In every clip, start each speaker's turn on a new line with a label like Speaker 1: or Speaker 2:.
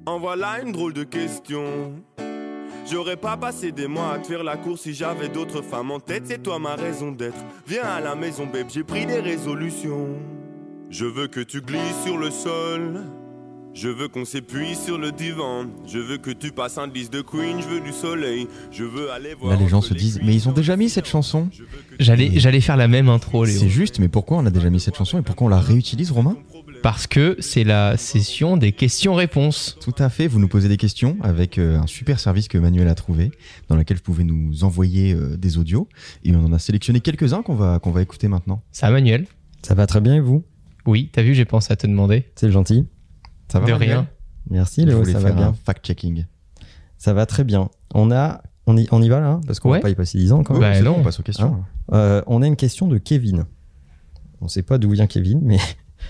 Speaker 1: En voilà une drôle de question. J'aurais pas passé des mois à te faire la course si j'avais d'autres femmes en tête. C'est toi ma raison d'être. Viens à la maison, babe, j'ai pris des résolutions. Je veux que tu glisses sur le sol. Je veux qu'on s'épuise sur le divan. Je veux que tu passes un disque de Queen. Je veux du soleil. Je veux aller voir.
Speaker 2: Là, les gens se disent, mais ils ont déjà mis cette chanson.
Speaker 3: J'allais faire la même intro, Léo.
Speaker 2: C'est juste, mais pourquoi on a déjà mis cette chanson et pourquoi on la réutilise, Romain ?
Speaker 3: Parce que c'est la session des questions-réponses.
Speaker 2: Tout à fait, vous nous posez des questions avec un super service que Manuel a trouvé, dans lequel vous pouvez nous envoyer des audios. Et on en a sélectionné quelques-uns qu'on va écouter maintenant.
Speaker 3: Ça, Manuel ?
Speaker 4: Ça va très bien et vous ?
Speaker 3: Oui, t'as vu, j'ai pensé à te demander.
Speaker 4: C'est gentil.
Speaker 2: Ça va,
Speaker 3: De
Speaker 2: Manuel ?
Speaker 3: rien.
Speaker 4: Merci
Speaker 2: Je
Speaker 4: Léo,
Speaker 2: voulais
Speaker 4: ça va
Speaker 2: faire
Speaker 4: bien.
Speaker 2: un fact-checking.
Speaker 4: Ça va très bien. On y va là, parce qu'on
Speaker 3: Ouais.
Speaker 4: va pas y passer 10 ans quand même.
Speaker 3: Bah
Speaker 2: c'est
Speaker 3: non.
Speaker 2: bon, on passe aux questions.
Speaker 4: On a une question de Kevin. On sait pas d'où vient Kevin, mais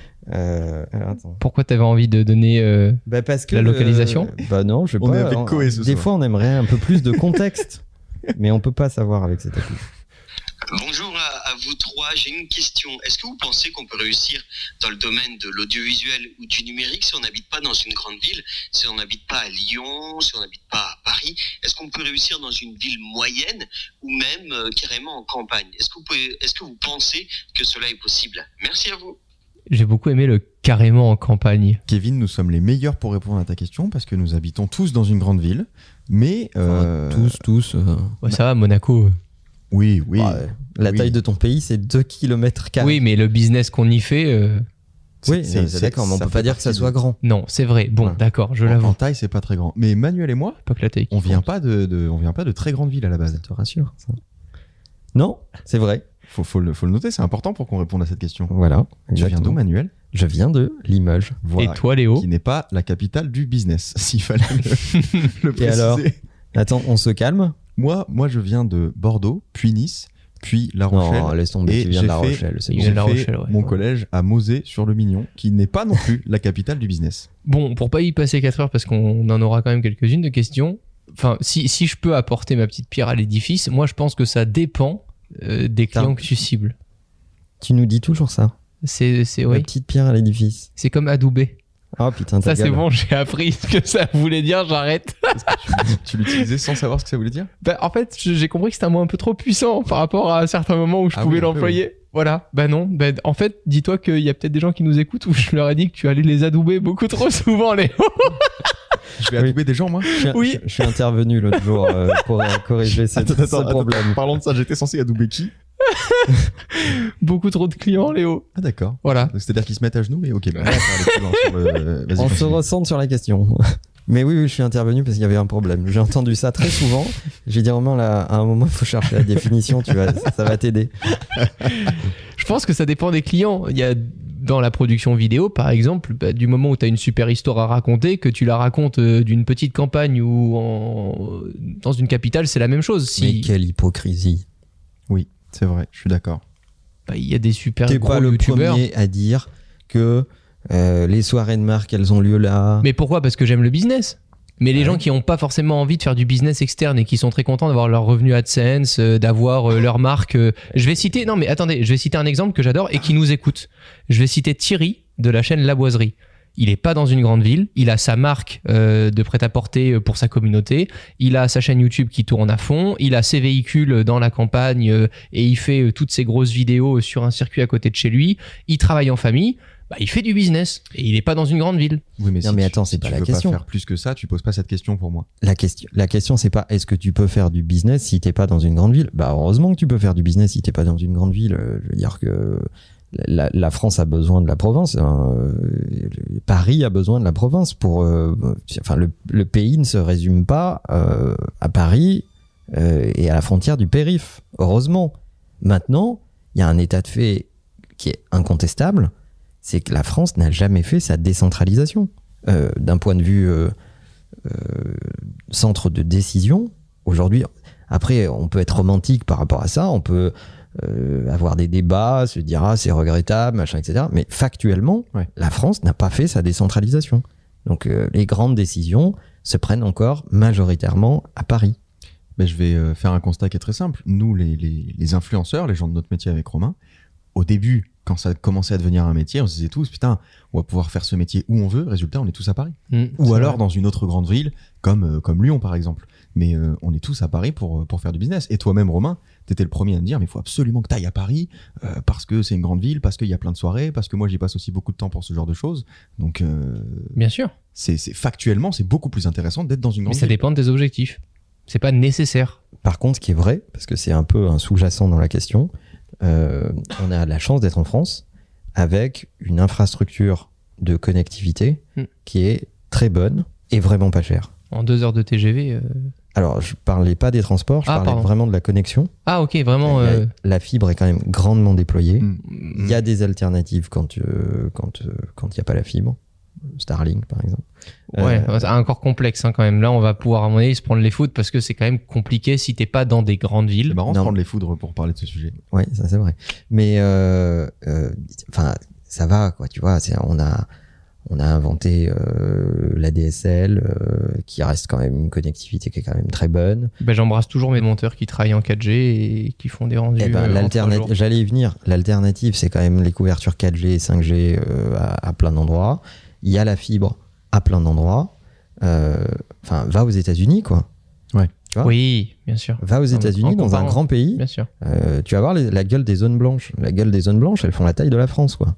Speaker 4: alors, attends.
Speaker 3: Pourquoi t'avais envie de donner...
Speaker 4: Bah parce que
Speaker 3: La localisation
Speaker 4: bah non, je sais
Speaker 2: On
Speaker 4: pas.
Speaker 2: est avec Koé ce
Speaker 4: Des
Speaker 2: soir.
Speaker 4: fois, on aimerait un peu plus de contexte, mais on peut pas savoir avec cette appli.
Speaker 5: Bonjour à vous trois, j'ai une question. Est-ce que vous pensez qu'on peut réussir dans le domaine de l'audiovisuel ou du numérique si on n'habite pas dans une grande ville, si on n'habite pas à Lyon, si on n'habite pas à Paris? Est-ce qu'on peut réussir dans une ville moyenne ou même carrément en campagne? Est-ce que vous pensez que cela est possible? Merci à vous.
Speaker 3: J'ai beaucoup aimé le carrément en campagne.
Speaker 2: Kevin, nous sommes les meilleurs pour répondre à ta question parce que nous habitons tous dans une grande ville. Mais.
Speaker 4: Tous.
Speaker 3: Ouais, ça va, Monaco.
Speaker 2: Oui.
Speaker 4: La
Speaker 2: Oui.
Speaker 4: taille de ton pays, c'est 2 km².
Speaker 3: Oui, mais le business qu'on y fait...
Speaker 4: Oui, c'est d'accord, mais on
Speaker 2: ça
Speaker 4: peut pas
Speaker 2: fait
Speaker 4: dire que ça
Speaker 2: partie
Speaker 4: soit grand.
Speaker 3: Non, c'est vrai. Bon,
Speaker 4: Ouais.
Speaker 3: d'accord, je
Speaker 2: En
Speaker 3: l'avoue.
Speaker 2: taille, c'est pas très grand. Mais Manuel et moi,
Speaker 3: Pas que la taille qui
Speaker 2: on vient
Speaker 3: compte.
Speaker 2: pas on vient pas de très grandes villes à la
Speaker 4: Ça
Speaker 2: base.
Speaker 4: te rassure, ça. Non, c'est vrai.
Speaker 2: Faut le noter, c'est important pour qu'on réponde à cette question.
Speaker 4: Voilà.
Speaker 2: Tu viens
Speaker 4: exactement.
Speaker 2: d'où, Manuel?
Speaker 4: Je viens de Limoges.
Speaker 2: Voilà.
Speaker 3: Et toi, Léo?
Speaker 2: Qui n'est pas la capitale du business, s'il fallait le préciser.
Speaker 4: alors Attends, on se calme.
Speaker 2: Moi, je viens de Bordeaux, puis Nice, puis La Rochelle.
Speaker 4: Non, laisse tomber,
Speaker 2: Et
Speaker 4: tu viens de La
Speaker 2: j'ai fait-
Speaker 4: Rochelle. C'est
Speaker 3: Il
Speaker 4: bon.
Speaker 3: vient de La
Speaker 2: J'ai fait
Speaker 3: Rochelle, ouais.
Speaker 2: mon collège à Mosée-sur-le-Mignon, qui n'est pas non plus la capitale du business.
Speaker 3: Bon, pour pas y passer 4 heures, parce qu'on en aura quand même quelques-unes de questions, enfin, si je peux apporter ma petite pierre à l'édifice, moi je pense que ça dépend des clients que tu cibles.
Speaker 4: Tu nous dis toujours ça.
Speaker 3: C'est
Speaker 4: La
Speaker 3: oui,
Speaker 4: petite pierre à l'édifice.
Speaker 3: c'est comme adoubé.
Speaker 4: Oh putain,
Speaker 3: Ça
Speaker 4: ta
Speaker 3: c'est
Speaker 4: gueule.
Speaker 3: bon, j'ai appris ce que ça voulait dire, j'arrête.
Speaker 2: Est-ce que tu l'utilisais sans savoir ce que ça voulait dire?
Speaker 3: Bah, en fait, j'ai compris que c'était un mot un peu trop puissant par rapport à certains moments où je
Speaker 2: Ah
Speaker 3: pouvais
Speaker 2: oui, un peu,
Speaker 3: l'employer. Voilà, bah non, bah, en fait, dis-toi qu'il y a peut-être des gens qui nous écoutent où je leur ai dit que tu allais les adouber beaucoup trop souvent, Léo.
Speaker 2: Je vais adouber des gens, moi.
Speaker 3: Oui.
Speaker 4: Je suis intervenu l'autre jour pour corriger ce problème.
Speaker 2: Parlons de ça, j'étais censé adouber qui?
Speaker 3: Beaucoup trop de clients, Léo.
Speaker 2: Ah d'accord.
Speaker 3: Voilà.
Speaker 2: Donc, c'est-à-dire qu'ils se mettent à genoux et ok, bah, on va aller plus loin sur le- Vas-y,
Speaker 4: On se
Speaker 2: continue.
Speaker 4: recentre sur la question. Mais oui, je suis intervenu parce qu'il y avait un problème. J'ai entendu ça très souvent. J'ai dit Romain, là, à un moment, il faut chercher la définition, tu vois, ça va t'aider.
Speaker 3: Je pense que ça dépend des clients. Il y a dans la production vidéo, par exemple, bah, du moment où tu as une super histoire à raconter, que tu la racontes d'une petite campagne ou dans une capitale, c'est la même chose.
Speaker 4: Mais
Speaker 3: Si
Speaker 4: quelle hypocrisie.
Speaker 2: Oui, c'est vrai, je suis d'accord.
Speaker 3: bah, il y a des super
Speaker 4: T'es
Speaker 3: gros
Speaker 4: pas le
Speaker 3: youtubeurs.
Speaker 4: premier à dire que les soirées de marque, elles ont lieu là.
Speaker 3: Mais pourquoi? Parce que j'aime le business. Mais les
Speaker 4: Ouais.
Speaker 3: gens qui n'ont pas forcément envie de faire du business externe et qui sont très contents d'avoir leur revenu AdSense, d'avoir leur marque. Je vais citer, non mais attendez, je vais citer un exemple que j'adore et qui nous écoute. Je vais citer Thierry de la chaîne La Boiserie. Il est pas dans une grande ville, il a sa marque de prêt-à-porter pour sa communauté, il a sa chaîne YouTube qui tourne à fond, il a ses véhicules dans la campagne et il fait toutes ses grosses vidéos sur un circuit à côté de chez lui. Il travaille en famille. Bah, il fait du business et il est pas dans une grande ville.
Speaker 2: Oui, mais
Speaker 4: Non,
Speaker 2: si
Speaker 4: mais
Speaker 2: tu-
Speaker 4: attends,
Speaker 2: si
Speaker 4: c'est pas
Speaker 2: tu
Speaker 4: la
Speaker 2: veux
Speaker 4: question.
Speaker 2: pas faire plus que ça, tu poses pas cette question pour moi.
Speaker 4: La question, c'est pas est-ce que tu peux faire du business si t'es pas dans une grande ville. Bah heureusement que tu peux faire du business si t'es pas dans une grande ville. Je veux dire que la France a besoin de la province. Paris a besoin de la province pour. Enfin, le pays ne se résume pas à Paris et à la frontière du périph'. Heureusement. Maintenant, il y a un état de fait qui est incontestable, c'est que la France n'a jamais fait sa décentralisation. D'un point de vue centre de décision, aujourd'hui, après, on peut être romantique par rapport à ça, on peut avoir des débats, se dire c'est regrettable, machin, etc. Mais factuellement,
Speaker 2: Ouais.
Speaker 4: la France n'a pas fait sa décentralisation. Donc les grandes décisions se prennent encore majoritairement à Paris.
Speaker 2: Mais je vais faire un constat qui est très simple. Nous, les influenceurs, les gens de notre métier avec Romain, au début, quand ça commençait à devenir un métier, on se disait tous, putain, on va pouvoir faire ce métier où on veut. Résultat, on est tous à Paris. Ou alors dans une autre grande ville, comme Lyon, par exemple. Mais on est tous à Paris pour faire du business. Et toi-même, Romain, t'étais le premier à me dire, mais il faut absolument que t'ailles à Paris, parce que c'est une grande ville, parce qu'il y a plein de soirées, parce que moi, j'y passe aussi beaucoup de temps pour ce genre de choses. Donc,
Speaker 3: bien sûr.
Speaker 2: Factuellement, c'est beaucoup plus intéressant d'être dans une grande ville.
Speaker 3: Mais ça dépend de tes objectifs. C'est pas nécessaire.
Speaker 4: Par contre, ce qui est vrai, parce que c'est un peu un sous-jacent dans la question, on a la chance d'être en France avec une infrastructure de connectivité qui est très bonne et vraiment pas chère.
Speaker 3: En 2 heures de TGV.
Speaker 4: Alors, je parlais pas des transports, je parlais vraiment de la connexion.
Speaker 3: Ah, ok, vraiment.
Speaker 4: La fibre est quand même grandement déployée. Il y a des alternatives quand il n'y a pas la fibre. Starlink, par exemple.
Speaker 3: Ouais, c'est encore complexe quand même. Là, on va pouvoir, à mon avis, se prendre les foudres parce que c'est quand même compliqué si t'es pas dans des grandes villes.
Speaker 2: C'est marrant de prendre les foudres pour parler de ce sujet.
Speaker 4: Oui, ça c'est vrai. Mais ça va, quoi. Tu vois, on a inventé la DSL, qui reste quand même une connectivité qui est quand même très bonne.
Speaker 3: J'embrasse toujours mes monteurs qui travaillent en 4G et qui font des rendus.
Speaker 4: J'allais y venir. L'alternative, c'est quand même les couvertures 4G et 5G à plein d'endroits. Il y a la fibre à plein d'endroits. Va aux États-Unis, quoi.
Speaker 2: Ouais.
Speaker 4: Tu vois,
Speaker 3: oui, bien sûr.
Speaker 4: Va aux États-Unis, dans un grand pays.
Speaker 3: Bien sûr.
Speaker 4: Tu vas voir la gueule des zones blanches. La gueule des zones blanches, elles font la taille de la France, quoi.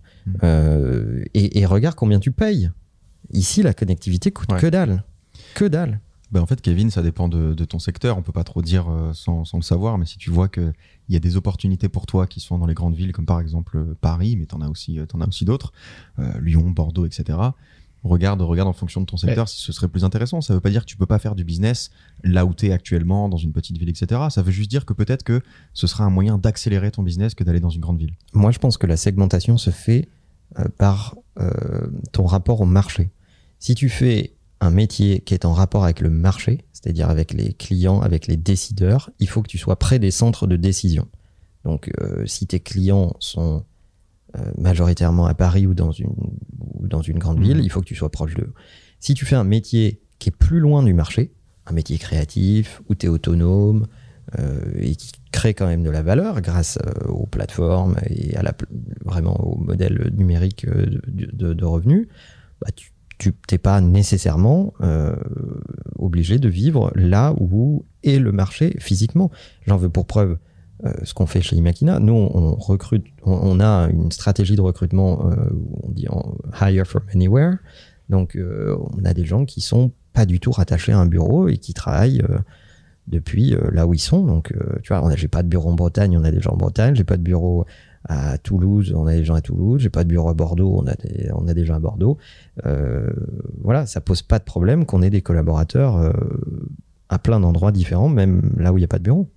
Speaker 4: Et regarde combien tu payes. Ici, la connectivité coûte que dalle. Que dalle.
Speaker 2: En fait, Kevin, ça dépend de ton secteur. On peut pas trop dire sans le savoir, mais si tu vois qu'il y a des opportunités pour toi qui sont dans les grandes villes, comme par exemple Paris, mais t'en as aussi d'autres, Lyon, Bordeaux, etc. Regarde en fonction de ton secteur si ce serait plus intéressant. Ça veut pas dire que tu peux pas faire du business là où t'es actuellement, dans une petite ville, etc. Ça veut juste dire que peut-être que ce sera un moyen d'accélérer ton business que d'aller dans une grande ville.
Speaker 4: Moi, je pense que la segmentation se fait par ton rapport au marché. Si tu fais un métier qui est en rapport avec le marché, c'est-à-dire avec les clients, avec les décideurs, il faut que tu sois près des centres de décision. Donc, si tes clients sont majoritairement à Paris ou dans une grande ville, il faut que tu sois proche d'eux. Si tu fais un métier qui est plus loin du marché, un métier créatif, où tu es autonome et qui crée quand même de la valeur grâce aux plateformes et vraiment au modèle numérique de revenus, tu n'es pas nécessairement obligé de vivre là où est le marché physiquement. J'en veux pour preuve ce qu'on fait chez Imakina. Nous, on recrute, on a une stratégie de recrutement, on dit hire from anywhere. Donc, on a des gens qui sont pas du tout rattachés à un bureau et qui travaillent depuis là où ils sont. Donc, tu vois, j'ai pas de bureau en Bretagne, on a des gens en Bretagne. J'ai pas de bureau à Toulouse, on a des gens à Toulouse. J'ai pas de bureau à Bordeaux, on a des gens à Bordeaux. Voilà, ça pose pas de problème qu'on ait des collaborateurs à plein d'endroits différents, même là où il n'y a pas de bureau.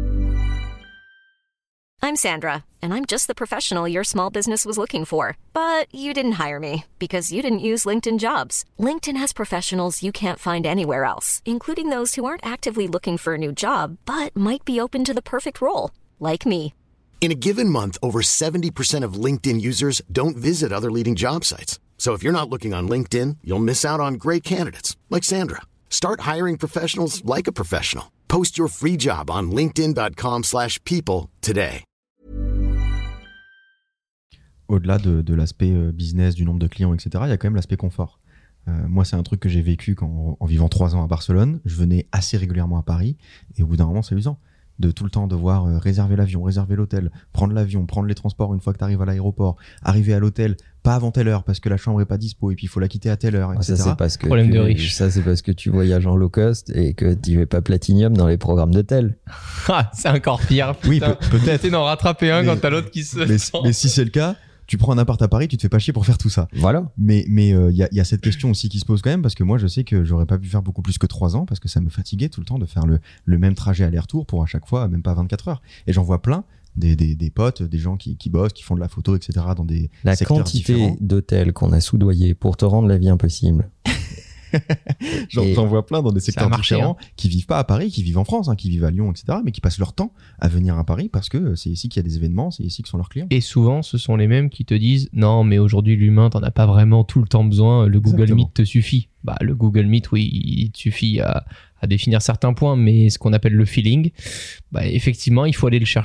Speaker 6: I'm Sandra, and I'm just the professional your small business was looking for. But you didn't hire me because you didn't use LinkedIn Jobs. LinkedIn has professionals you can't find anywhere else, including those who aren't actively looking for a new job, but might be open to the perfect role, like me.
Speaker 7: In a given month, over 70% of LinkedIn users don't visit other leading job sites. So if you're not looking on LinkedIn, you'll miss out on great candidates like Sandra. Start hiring professionals like a professional. Post your free job on linkedin.com/people today.
Speaker 2: Au-delà de l'aspect business, du nombre de clients, etc., il y a quand même l'aspect confort. Moi, c'est un truc que j'ai vécu en vivant 3 ans à Barcelone. Je venais assez régulièrement à Paris et au bout d'un moment, c'est usant de tout le temps devoir réserver l'avion, réserver l'hôtel, prendre l'avion, prendre les transports une fois que tu arrives à l'aéroport, arriver à l'hôtel, pas avant telle heure parce que la chambre est pas dispo et puis il faut la quitter à telle heure, etc.
Speaker 4: Ça, c'est parce que
Speaker 3: problème de riche.
Speaker 4: Ça, c'est parce que tu voyages en low cost et que tu n'es pas Platinum dans les programmes d'hôtel.
Speaker 3: Ah, c'est encore pire. Putain.
Speaker 2: Oui, peut-être.
Speaker 3: T'es d'en rattraper un quand t'as l'autre qui se sent.
Speaker 2: Mais si c'est le cas, tu prends un appart à Paris, tu te fais pas chier pour faire tout ça.
Speaker 4: Voilà.
Speaker 2: Mais il y a cette question aussi qui se pose quand même parce que moi je sais que j'aurais pas pu faire beaucoup plus que 3 ans parce que ça me fatiguait tout le temps de faire le même trajet aller-retour pour à chaque fois même pas 24 heures. Et j'en vois plein des potes, des gens qui bossent, qui font de la photo, etc. dans des
Speaker 4: la
Speaker 2: secteurs
Speaker 4: quantité
Speaker 2: différents.
Speaker 4: d'hôtels qu'on a soudoyés pour te rendre la vie impossible.
Speaker 2: J'en vois plein dans des secteurs
Speaker 3: marché,
Speaker 2: différents qui vivent pas à Paris, qui vivent en France, qui vivent à Lyon, etc. mais qui passent leur temps à venir à Paris parce que c'est ici qu'il y a des événements, c'est ici que sont leurs clients.
Speaker 3: Et souvent, ce sont les mêmes qui te disent non, mais aujourd'hui, l'humain, t'en as pas vraiment tout le temps besoin. Le Google
Speaker 2: Exactement.
Speaker 3: Meet te suffit. Bah, le Google Meet, oui, il te suffit à définir certains points, mais ce qu'on appelle le feeling, bah, effectivement, il faut aller le chercher.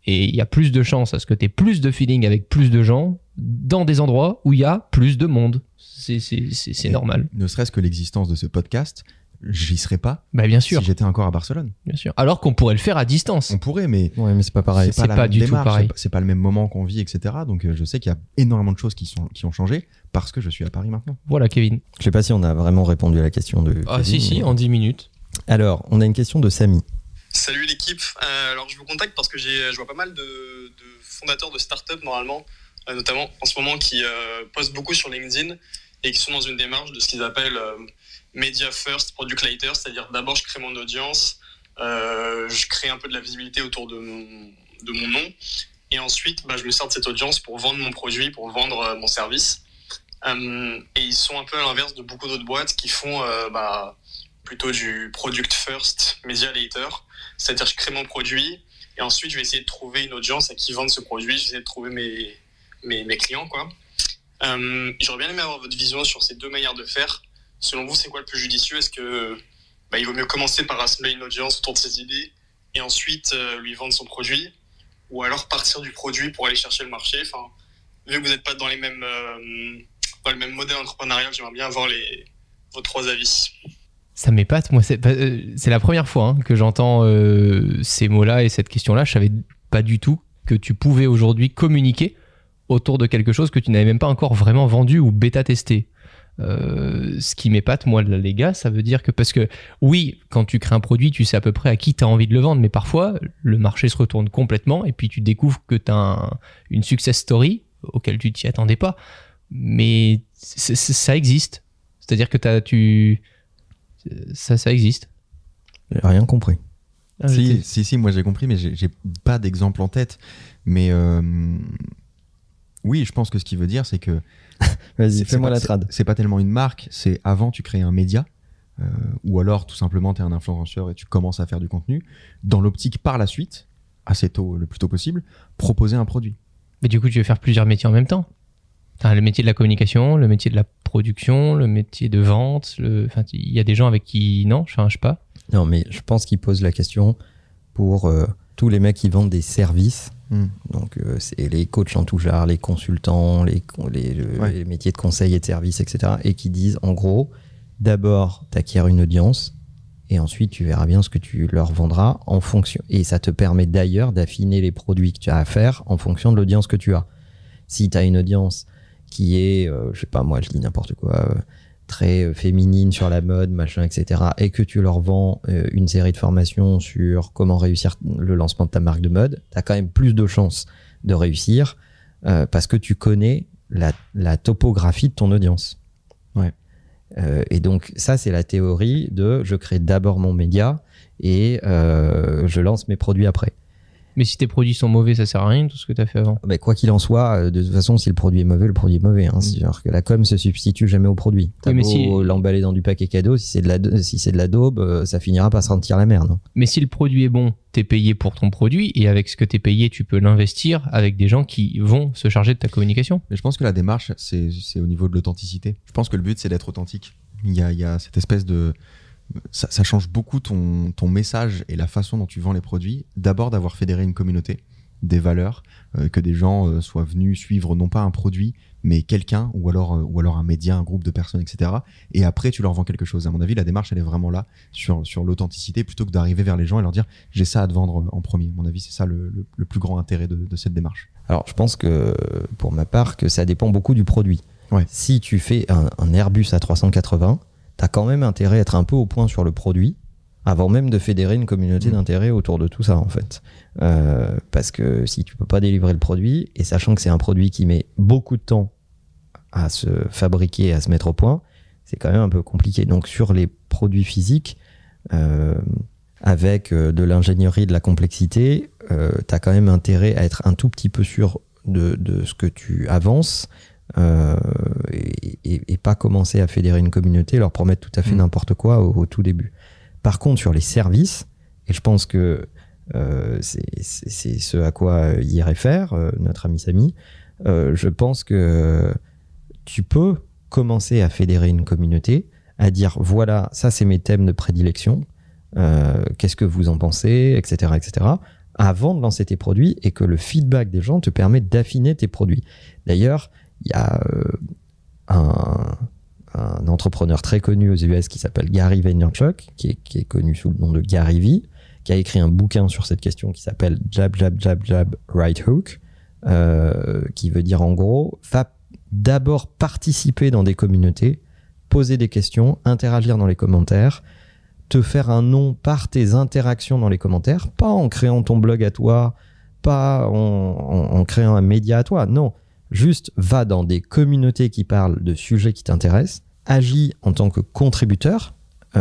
Speaker 3: Et il y a plus de chances à ce que tu aies plus de feeling avec plus de gens dans des endroits où il y a plus de monde. C'est normal.
Speaker 2: Ne serait-ce que l'existence de ce podcast, j'y serais pas
Speaker 3: Bien sûr.
Speaker 2: si j'étais encore à Barcelone.
Speaker 3: Bien sûr. Alors qu'on pourrait le faire à distance.
Speaker 2: On pourrait, mais
Speaker 4: Ouais, mais c'est pas pareil.
Speaker 3: C'est
Speaker 2: la
Speaker 3: pas
Speaker 2: même
Speaker 3: du tout
Speaker 2: démarche,
Speaker 3: pareil.
Speaker 2: c'est pas le même moment qu'on vit, etc. Donc je sais qu'il y a énormément de choses qui ont changé parce que je suis à Paris maintenant.
Speaker 3: Voilà, Kevin.
Speaker 4: Je sais pas si on a vraiment répondu à la question de.
Speaker 3: Ah,
Speaker 4: Kevin,
Speaker 3: si,
Speaker 4: mais-
Speaker 3: en 10 minutes.
Speaker 4: Alors, on a une question de Samy.
Speaker 8: Salut l'équipe. Alors je vous contacte parce que je vois pas mal de fondateurs de startup normalement, notamment en ce moment, qui postent beaucoup sur LinkedIn et qui sont dans une démarche de ce qu'ils appellent Media First, Product Later, c'est-à-dire d'abord je crée mon audience, je crée un peu de la visibilité autour de mon nom et ensuite je me sers de cette audience pour vendre mon produit, pour vendre mon service. Et ils sont un peu à l'inverse de beaucoup d'autres boîtes qui font plutôt du Product First, Media Later. C'est-à-dire je crée mon produit et ensuite je vais essayer de trouver une audience à qui vendre ce produit, je vais essayer de trouver mes clients, quoi. J'aurais bien aimé avoir votre vision sur ces deux manières de faire. Selon vous, c'est quoi le plus judicieux? Est-ce que il vaut mieux commencer par assembler une audience autour de ses idées et ensuite lui vendre son produit, ou alors partir du produit pour aller chercher le marché? Enfin, vu que vous n'êtes pas dans le même modèle entrepreneurial, j'aimerais bien avoir vos trois avis.
Speaker 3: Ça m'épate, moi, c'est la première fois que j'entends ces mots-là et cette question-là. Je savais pas du tout que tu pouvais aujourd'hui communiquer autour de quelque chose que tu n'avais même pas encore vraiment vendu ou bêta-testé. Ce qui m'épate, moi, les gars, ça veut dire que, parce que oui, quand tu crées un produit, tu sais à peu près à qui tu as envie de le vendre, mais parfois, le marché se retourne complètement et puis tu découvres que tu as une success story auquel tu t'y attendais pas. Mais ça existe. C'est-à-dire que ça existe.
Speaker 4: J'ai rien compris.
Speaker 2: Si, moi j'ai compris, mais j'ai pas d'exemple en tête. Mais oui, je pense que ce qu'il veut dire, c'est que
Speaker 4: Vas-y, fais-moi la trad.
Speaker 2: C'est pas tellement une marque, c'est avant tu crées un média, ou alors tout simplement tu es un influenceur et tu commences à faire du contenu, dans l'optique par la suite, assez tôt, le plus tôt possible, proposer un produit.
Speaker 3: Mais du coup, tu veux faire plusieurs métiers en même temps. T'as le métier de la communication, le métier de la production, le métier de vente. Il y a des gens avec qui... Non, je sais pas.
Speaker 4: Non, mais je pense qu'il pose la question pour tous les mecs qui vendent des services. Donc, c'est les coachs en tout genre, les consultants, les métiers de conseil et de service, etc. Et qui disent, en gros, d'abord, t'acquiers une audience et ensuite, tu verras bien ce que tu leur vendras en fonction. Et ça te permet d'ailleurs d'affiner les produits que tu as à faire en fonction de l'audience que tu as. Si tu as une audience qui est, je sais pas, moi, je dis n'importe quoi, très féminine sur la mode, machin, etc., et que tu leur vends une série de formations sur comment réussir le lancement de ta marque de mode, tu as quand même plus de chances de réussir parce que tu connais la topographie de ton audience.
Speaker 2: Ouais.
Speaker 4: Et donc, ça, c'est la théorie de je crée d'abord mon média et je lance mes produits après.
Speaker 3: Mais si tes produits sont mauvais, ça sert à rien, tout ce que tu as fait avant.
Speaker 4: Mais quoi qu'il en soit, de toute façon, si le produit est mauvais, le produit est mauvais. C'est-à-dire que la com se substitue jamais au produit. T'as beau l'emballer dans du paquet cadeau, si c'est de la daube, ça finira par sentir la merde.
Speaker 3: Mais si le produit est bon, t'es payé pour ton produit, et avec ce que t'es payé, tu peux l'investir avec des gens qui vont se charger de ta communication.
Speaker 2: Mais je pense que la démarche, c'est au niveau de l'authenticité. Je pense que le but, c'est d'être authentique. Il y a cette espèce de... Ça change beaucoup ton message et la façon dont tu vends les produits. D'abord, d'avoir fédéré une communauté, des valeurs, que des gens soient venus suivre non pas un produit, mais quelqu'un, ou alors un média, un groupe de personnes, etc. Et après, tu leur vends quelque chose. À mon avis, la démarche, elle est vraiment là, sur l'authenticité, plutôt que d'arriver vers les gens et leur dire « j'ai ça à te vendre en premier ». À mon avis, c'est ça le plus grand intérêt de cette démarche.
Speaker 4: Alors, je pense que, pour ma part, que ça dépend beaucoup du produit.
Speaker 2: Ouais.
Speaker 4: Si tu fais un Airbus A380, t'as quand même intérêt à être un peu au point sur le produit avant même de fédérer une communauté d'intérêt autour de tout ça, en fait. Parce que si tu peux pas délivrer le produit, et sachant que c'est un produit qui met beaucoup de temps à se fabriquer, à se mettre au point, c'est quand même un peu compliqué. Donc sur les produits physiques, avec de l'ingénierie, de la complexité, t'as quand même intérêt à être un tout petit peu sûr de ce que tu avances, et pas commencer à fédérer une communauté, leur promettre tout à fait n'importe quoi au tout début. Par contre, sur les services, et je pense que c'est ce à quoi il réfère notre ami Samy, je pense que tu peux commencer à fédérer une communauté, à dire voilà, ça c'est mes thèmes de prédilection, qu'est-ce que vous en pensez, etc., etc. avant de lancer tes produits et que le feedback des gens te permet d'affiner tes produits. D'ailleurs, il y a un entrepreneur très connu aux US qui s'appelle Gary Vaynerchuk, qui est connu sous le nom de Gary V, qui a écrit un bouquin sur cette question qui s'appelle Jab, Jab, Jab, Jab, Right Hook, qui veut dire en gros, va d'abord participer dans des communautés, poser des questions, interagir dans les commentaires, te faire un nom par tes interactions dans les commentaires, pas en créant ton blog à toi, pas en créant un média à toi, non. Juste va dans des communautés qui parlent de sujets qui t'intéressent, agis en tant que contributeur,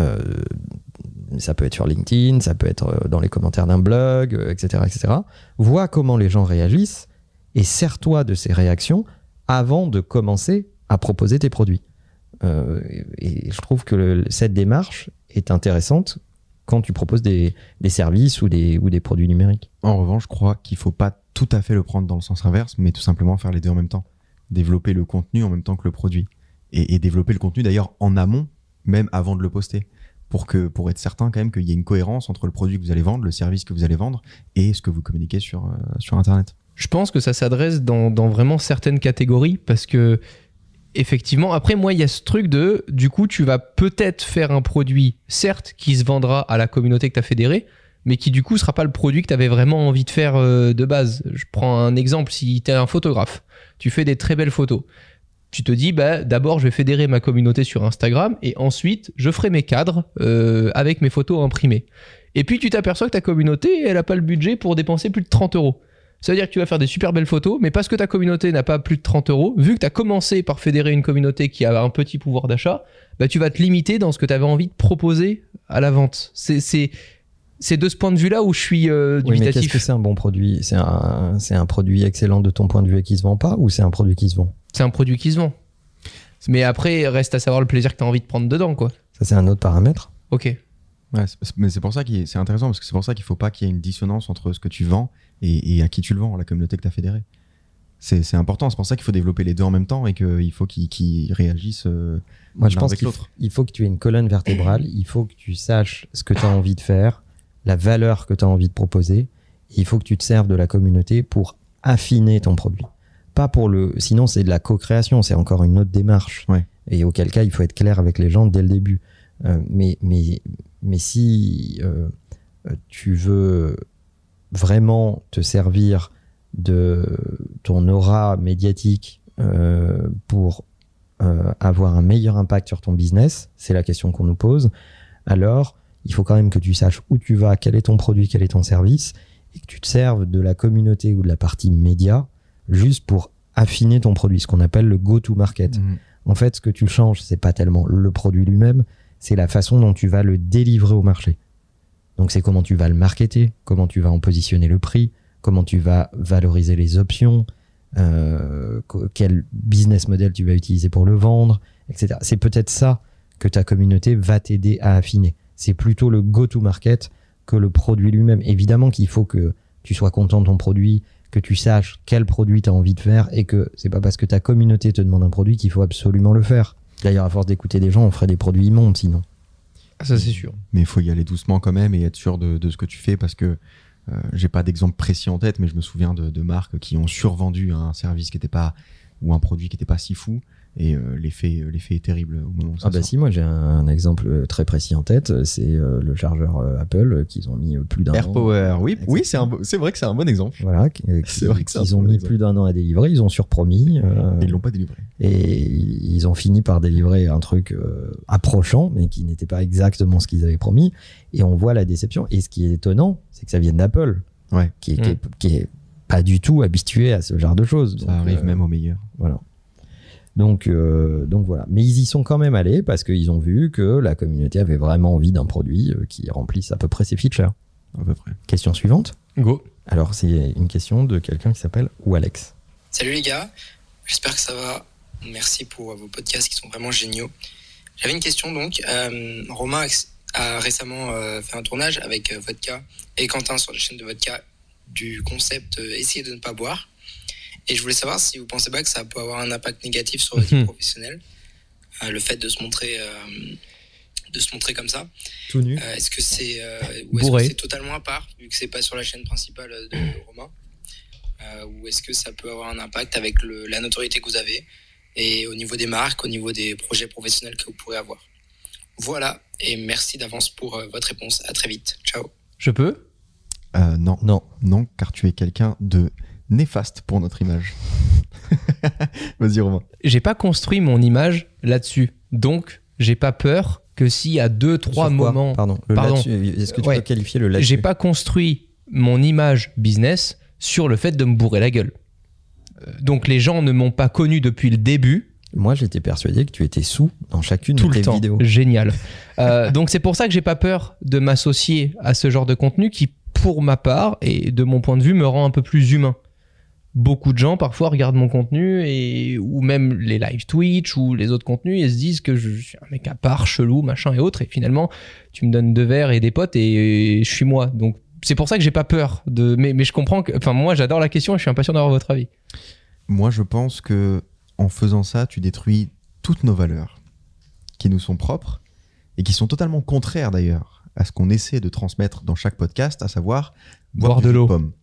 Speaker 4: ça peut être sur LinkedIn, ça peut être dans les commentaires d'un blog, etc., etc. Vois comment les gens réagissent et sers-toi de ces réactions avant de commencer à proposer tes produits. Et je trouve que cette démarche est intéressante quand tu proposes des services ou des produits numériques.
Speaker 2: En revanche, je crois qu'il ne faut pas tout à fait le prendre dans le sens inverse, mais tout simplement faire les deux en même temps. Développer le contenu en même temps que le produit. Et développer le contenu d'ailleurs en amont, même avant de le poster. Pour être certain quand même qu'il y ait une cohérence entre le produit que vous allez vendre, le service que vous allez vendre et ce que vous communiquez sur Internet.
Speaker 3: Je pense que ça s'adresse dans vraiment certaines catégories parce que effectivement, après moi il y a ce truc du coup tu vas peut-être faire un produit certes qui se vendra à la communauté que tu as fédérée, mais qui du coup sera pas le produit que tu avais vraiment envie de faire de base. Je prends un exemple, si tu es un photographe, tu fais des très belles photos. Tu te dis, d'abord, je vais fédérer ma communauté sur Instagram et ensuite, je ferai mes cadres avec mes photos imprimées. Et puis, tu t'aperçois que ta communauté, elle n'a pas le budget pour dépenser plus de 30 €. Ça veut dire que tu vas faire des super belles photos, mais parce que ta communauté n'a pas plus de 30 €, vu que tu as commencé par fédérer une communauté qui a un petit pouvoir d'achat, tu vas te limiter dans ce que tu avais envie de proposer à la vente. C'est de ce point de vue-là où je suis dubitatif.
Speaker 4: Oui, mais qu'est-ce que c'est un bon produit ? C'est un produit excellent de ton point de vue et qui se vend pas, ou c'est un produit qui se vend ?
Speaker 3: C'est un produit qui se vend. Mais après, reste à savoir le plaisir que tu as envie de prendre dedans, quoi.
Speaker 4: Ça, c'est un autre paramètre.
Speaker 3: Ok.
Speaker 2: Ouais, mais c'est pour ça que c'est intéressant, parce que c'est pour ça qu'il ne faut pas qu'il y ait une dissonance entre ce que tu vends et à qui tu le vends, la communauté que tu as fédérée. C'est important, c'est pour ça qu'il faut développer les deux en même temps et qu'il faut qu'ils réagissent
Speaker 4: Moi, je pense
Speaker 2: avec l'autre.
Speaker 4: Il faut que tu aies une colonne vertébrale, il faut que tu saches ce que tu as envie de faire, la valeur que tu as envie de proposer, et il faut que tu te serves de la communauté pour affiner ton produit. Pas pour sinon c'est de la co-création, c'est encore une autre démarche.
Speaker 2: Ouais.
Speaker 4: Et auquel cas, il faut être clair avec les gens dès le début. Mais si tu veux vraiment te servir de ton aura médiatique pour avoir un meilleur impact sur ton business, c'est la question qu'on nous pose, alors il faut quand même que tu saches où tu vas, quel est ton produit, quel est ton service, et que tu te serves de la communauté ou de la partie média juste pour affiner ton produit, ce qu'on appelle le go-to-market. Mmh. En fait, ce que tu changes, c'est pas tellement le produit lui-même, c'est la façon dont tu vas le délivrer au marché. Donc c'est comment tu vas le marketer, comment tu vas en positionner le prix, comment tu vas valoriser les options, quel business model tu vas utiliser pour le vendre, etc. C'est peut-être ça que ta communauté va t'aider à affiner. C'est plutôt le go-to-market que le produit lui-même. Évidemment qu'il faut que tu sois content de ton produit, que tu saches quel produit tu as envie de faire et que c'est pas parce que ta communauté te demande un produit qu'il faut absolument le faire. D'ailleurs, à force d'écouter des gens, on ferait des produits immondes sinon.
Speaker 3: Ça, c'est sûr.
Speaker 2: Mais il faut y aller doucement quand même et être sûr de ce que tu fais, parce que j'ai pas d'exemple précis en tête, mais je me souviens de marques qui ont survendu un service qui était pas, ou un produit qui était pas si fou, et l'effet est terrible au moment où ça sort.
Speaker 4: Si, moi j'ai un exemple très précis en tête, c'est le chargeur Apple qu'ils ont mis plus d'un an.
Speaker 2: AirPower, oui, c'est vrai que c'est un bon exemple.
Speaker 4: Voilà,
Speaker 2: c'est vrai que
Speaker 4: ils ont mis plus d'un an à délivrer, ils ont surpromis.
Speaker 2: Ils l'ont pas délivré.
Speaker 4: Et ils ont fini par délivrer un truc approchant, mais qui n'était pas exactement ce qu'ils avaient promis. Et on voit la déception. Et ce qui est étonnant, c'est que ça vient d'Apple, qui est pas du tout habitué à ce genre de choses.
Speaker 2: Ça arrive même au meilleur.
Speaker 4: Voilà. Donc voilà. Mais ils y sont quand même allés parce qu'ils ont vu que la communauté avait vraiment envie d'un produit qui remplisse à peu près ses features.
Speaker 2: À peu près.
Speaker 4: Question suivante.
Speaker 3: Go.
Speaker 4: Alors, c'est une question de quelqu'un qui s'appelle Walex.
Speaker 9: Salut les gars, j'espère que ça va. Merci pour vos podcasts qui sont vraiment géniaux. J'avais une question donc. Romain a récemment fait un tournage avec Vodka et Quentin sur la chaîne de Vodka du concept Essayer de ne pas boire. Et je voulais savoir si vous pensez pas que ça peut avoir un impact négatif sur votre vie professionnelle, le fait de se montrer de se montrer comme ça.
Speaker 4: Tout nu.
Speaker 9: Est-ce que c'est ou est-ce que c'est totalement à part vu que c'est pas sur la chaîne principale de Romain, ou est-ce que ça peut avoir un impact avec la notoriété que vous avez et au niveau des marques, au niveau des projets professionnels que vous pourrez avoir. Voilà, et merci d'avance pour votre réponse. À très vite. Ciao.
Speaker 3: Je peux ?
Speaker 2: Non, car tu es quelqu'un de néfaste pour notre image. Vas-y Romain.
Speaker 3: J'ai pas construit mon image là-dessus, donc j'ai pas peur que s'il y a 2-3 moments...
Speaker 4: Pardon. Est-ce que tu peux qualifier le là-dessus ?
Speaker 3: J'ai pas construit mon image business sur le fait de me bourrer la gueule. Donc les gens ne m'ont pas connu depuis le début.
Speaker 4: Moi, j'étais persuadé que tu étais sous dans chacune de tes vidéos.
Speaker 3: Génial. Donc c'est pour ça que j'ai pas peur de m'associer à ce genre de contenu qui, pour ma part et de mon point de vue, me rend un peu plus humain. Beaucoup de gens parfois regardent mon contenu ou même les live Twitch ou les autres contenus et se disent que je suis un mec à part, chelou, machin et autres, et finalement tu me donnes 2 verres et des potes et je suis moi. Donc c'est pour ça que j'ai pas peur mais je comprends que, enfin moi j'adore la question et je suis impatient d'avoir votre avis.
Speaker 2: Moi je pense que en faisant ça tu détruis toutes nos valeurs qui nous sont propres et qui sont totalement contraires d'ailleurs à ce qu'on essaie de transmettre dans chaque podcast, à savoir
Speaker 3: boire de l'eau.
Speaker 2: Pomme.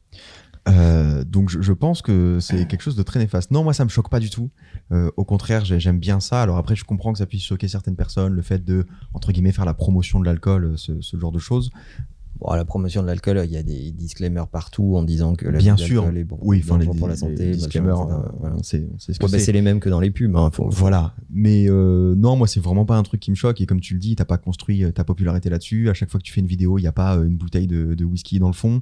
Speaker 2: Donc je pense que c'est quelque chose de très néfaste. Non, moi ça me choque pas du tout. Au contraire, j'aime bien ça. Alors après, je comprends que ça puisse choquer certaines personnes, le fait de, entre guillemets, faire la promotion de l'alcool, ce genre de choses.
Speaker 4: Bon, la promotion de l'alcool, il y a des disclaimers partout en disant que
Speaker 2: bien sûr,
Speaker 4: est bon,
Speaker 2: oui, enfin
Speaker 4: pour la santé.
Speaker 2: Les disclaimers,
Speaker 4: voilà.
Speaker 2: c'est ce que
Speaker 4: c'est les mêmes que dans les pubs. Hein,
Speaker 2: voilà, mais non, moi c'est vraiment pas un truc qui me choque. Et comme tu le dis, t'as pas construit ta popularité là-dessus. À chaque fois que tu fais une vidéo, il y a pas une bouteille de whisky dans le fond.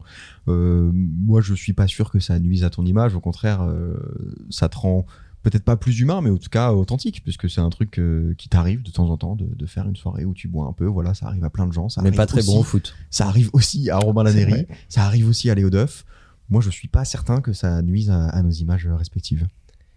Speaker 2: Moi, je suis pas sûr que ça nuise à ton image. Au contraire, ça te rend peut-être pas plus humain, mais en tout cas authentique, puisque c'est un truc qui t'arrive de temps en temps de faire une soirée où tu bois un peu. Voilà, ça arrive à plein de gens. Ça
Speaker 4: mais pas très bon au foot.
Speaker 2: Ça arrive aussi à Romain Lannéry, ça arrive aussi à Léo Duff. Moi, je suis pas certain que ça nuise à nos images respectives.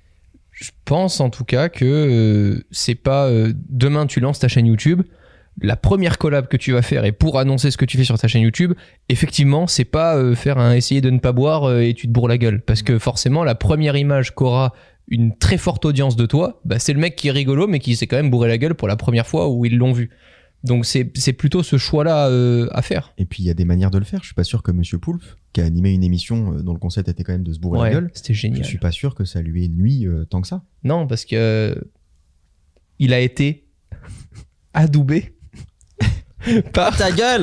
Speaker 3: Je pense en tout cas que c'est pas demain tu lances ta chaîne YouTube, la première collab que tu vas faire et pour annoncer ce que tu fais sur ta chaîne YouTube, effectivement, c'est pas essayer de ne pas boire et tu te bourres la gueule, parce que forcément la première image qu'aura une très forte audience de toi, bah, c'est le mec qui est rigolo mais qui s'est quand même bourré la gueule pour la première fois où ils l'ont vu. Donc c'est plutôt ce choix-là à faire.
Speaker 2: Et puis il y a des manières de le faire. Je suis pas sûr que Monsieur Poulpe, qui a animé une émission dont le concept était quand même de se bourrer la gueule,
Speaker 3: c'était génial.
Speaker 2: Je suis pas sûr que ça lui ait nui tant que ça.
Speaker 3: Non, parce que il a été adoubé par
Speaker 4: ta gueule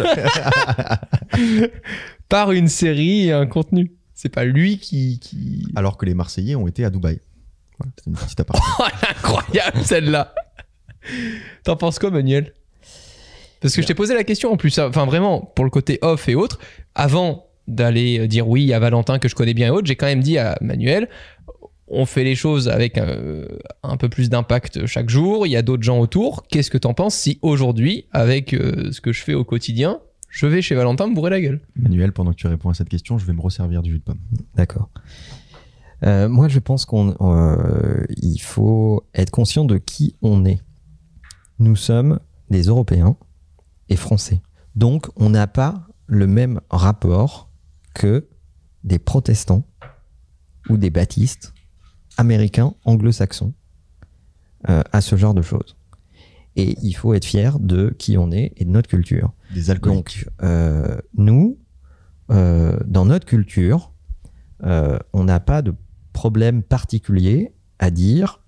Speaker 3: par une série et un contenu. C'est pas lui qui...
Speaker 2: Alors que les Marseillais ont été à Dubaï. Voilà, c'est une petite aparté.
Speaker 3: Oh, incroyable celle-là. T'en penses quoi, Manuel ? Parce que je t'ai posé la question en plus, enfin vraiment, pour le côté off et autres, avant d'aller dire oui à Valentin que je connais bien et autres, j'ai quand même dit à Manuel, on fait les choses avec un peu plus d'impact chaque jour, il y a d'autres gens autour, qu'est-ce que t'en penses si aujourd'hui, avec ce que je fais au quotidien, je vais chez Valentin me bourrer la gueule ?
Speaker 2: Manuel, pendant que tu réponds à cette question, je vais me resservir du jus de pomme.
Speaker 4: D'accord. Moi, je pense qu'il faut être conscient de qui on est. Nous sommes des Européens et Français. Donc, on n'a pas le même rapport que des protestants ou des baptistes américains, anglo-saxons, à ce genre de choses. Et il faut être fier de qui on est et de notre culture.
Speaker 2: Des alcooliques.
Speaker 4: Donc, nous, dans notre culture, on n'a pas de problème particulier à dire